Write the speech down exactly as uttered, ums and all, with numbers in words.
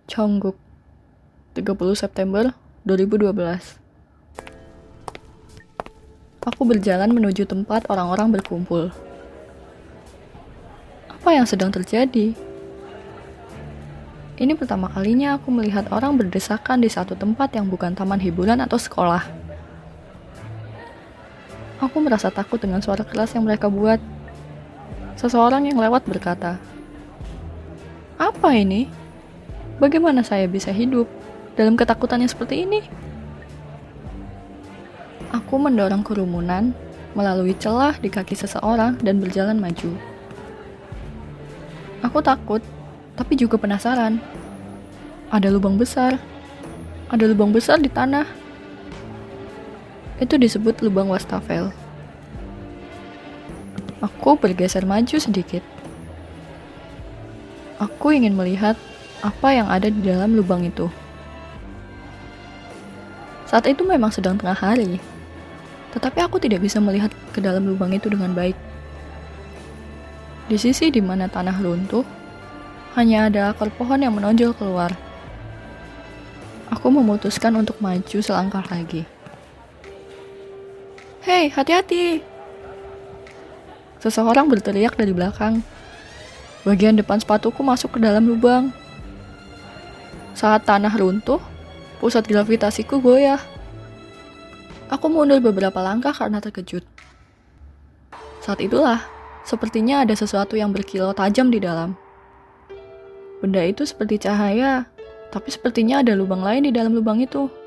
Chongguk, tiga puluh September dua ribu dua belas. Aku berjalan menuju tempat orang-orang berkumpul. Apa yang sedang terjadi? Ini pertama kalinya aku melihat orang berdesakan di satu tempat yang bukan taman hiburan atau sekolah. Aku merasa takut dengan suara keras yang mereka buat. Seseorang yang lewat berkata, "Apa ini? Bagaimana saya bisa hidup dalam ketakutan yang seperti ini?" Aku mendorong kerumunan melalui celah di kaki seseorang dan berjalan maju. Aku takut, tapi juga penasaran. Ada lubang besar. Ada lubang besar di tanah. Itu disebut lubang wastafel. Aku bergeser maju sedikit. Aku ingin melihat apa yang ada di dalam lubang itu. Saat itu memang sedang tengah hari, tetapi aku tidak bisa melihat ke dalam lubang itu dengan baik. Di sisi di mana tanah runtuh, hanya ada akar pohon yang menonjol keluar. Aku memutuskan untuk maju selangkah lagi. "Hei, hati-hati!" Seseorang berteriak dari belakang. Bagian depan sepatuku masuk ke dalam lubang. Saat tanah runtuh, pusat gravitasiku goyah. Aku mundur beberapa langkah karena terkejut. Saat itulah, sepertinya ada sesuatu yang berkilau tajam di dalam. Benda itu seperti cahaya, tapi sepertinya ada lubang lain di dalam lubang itu.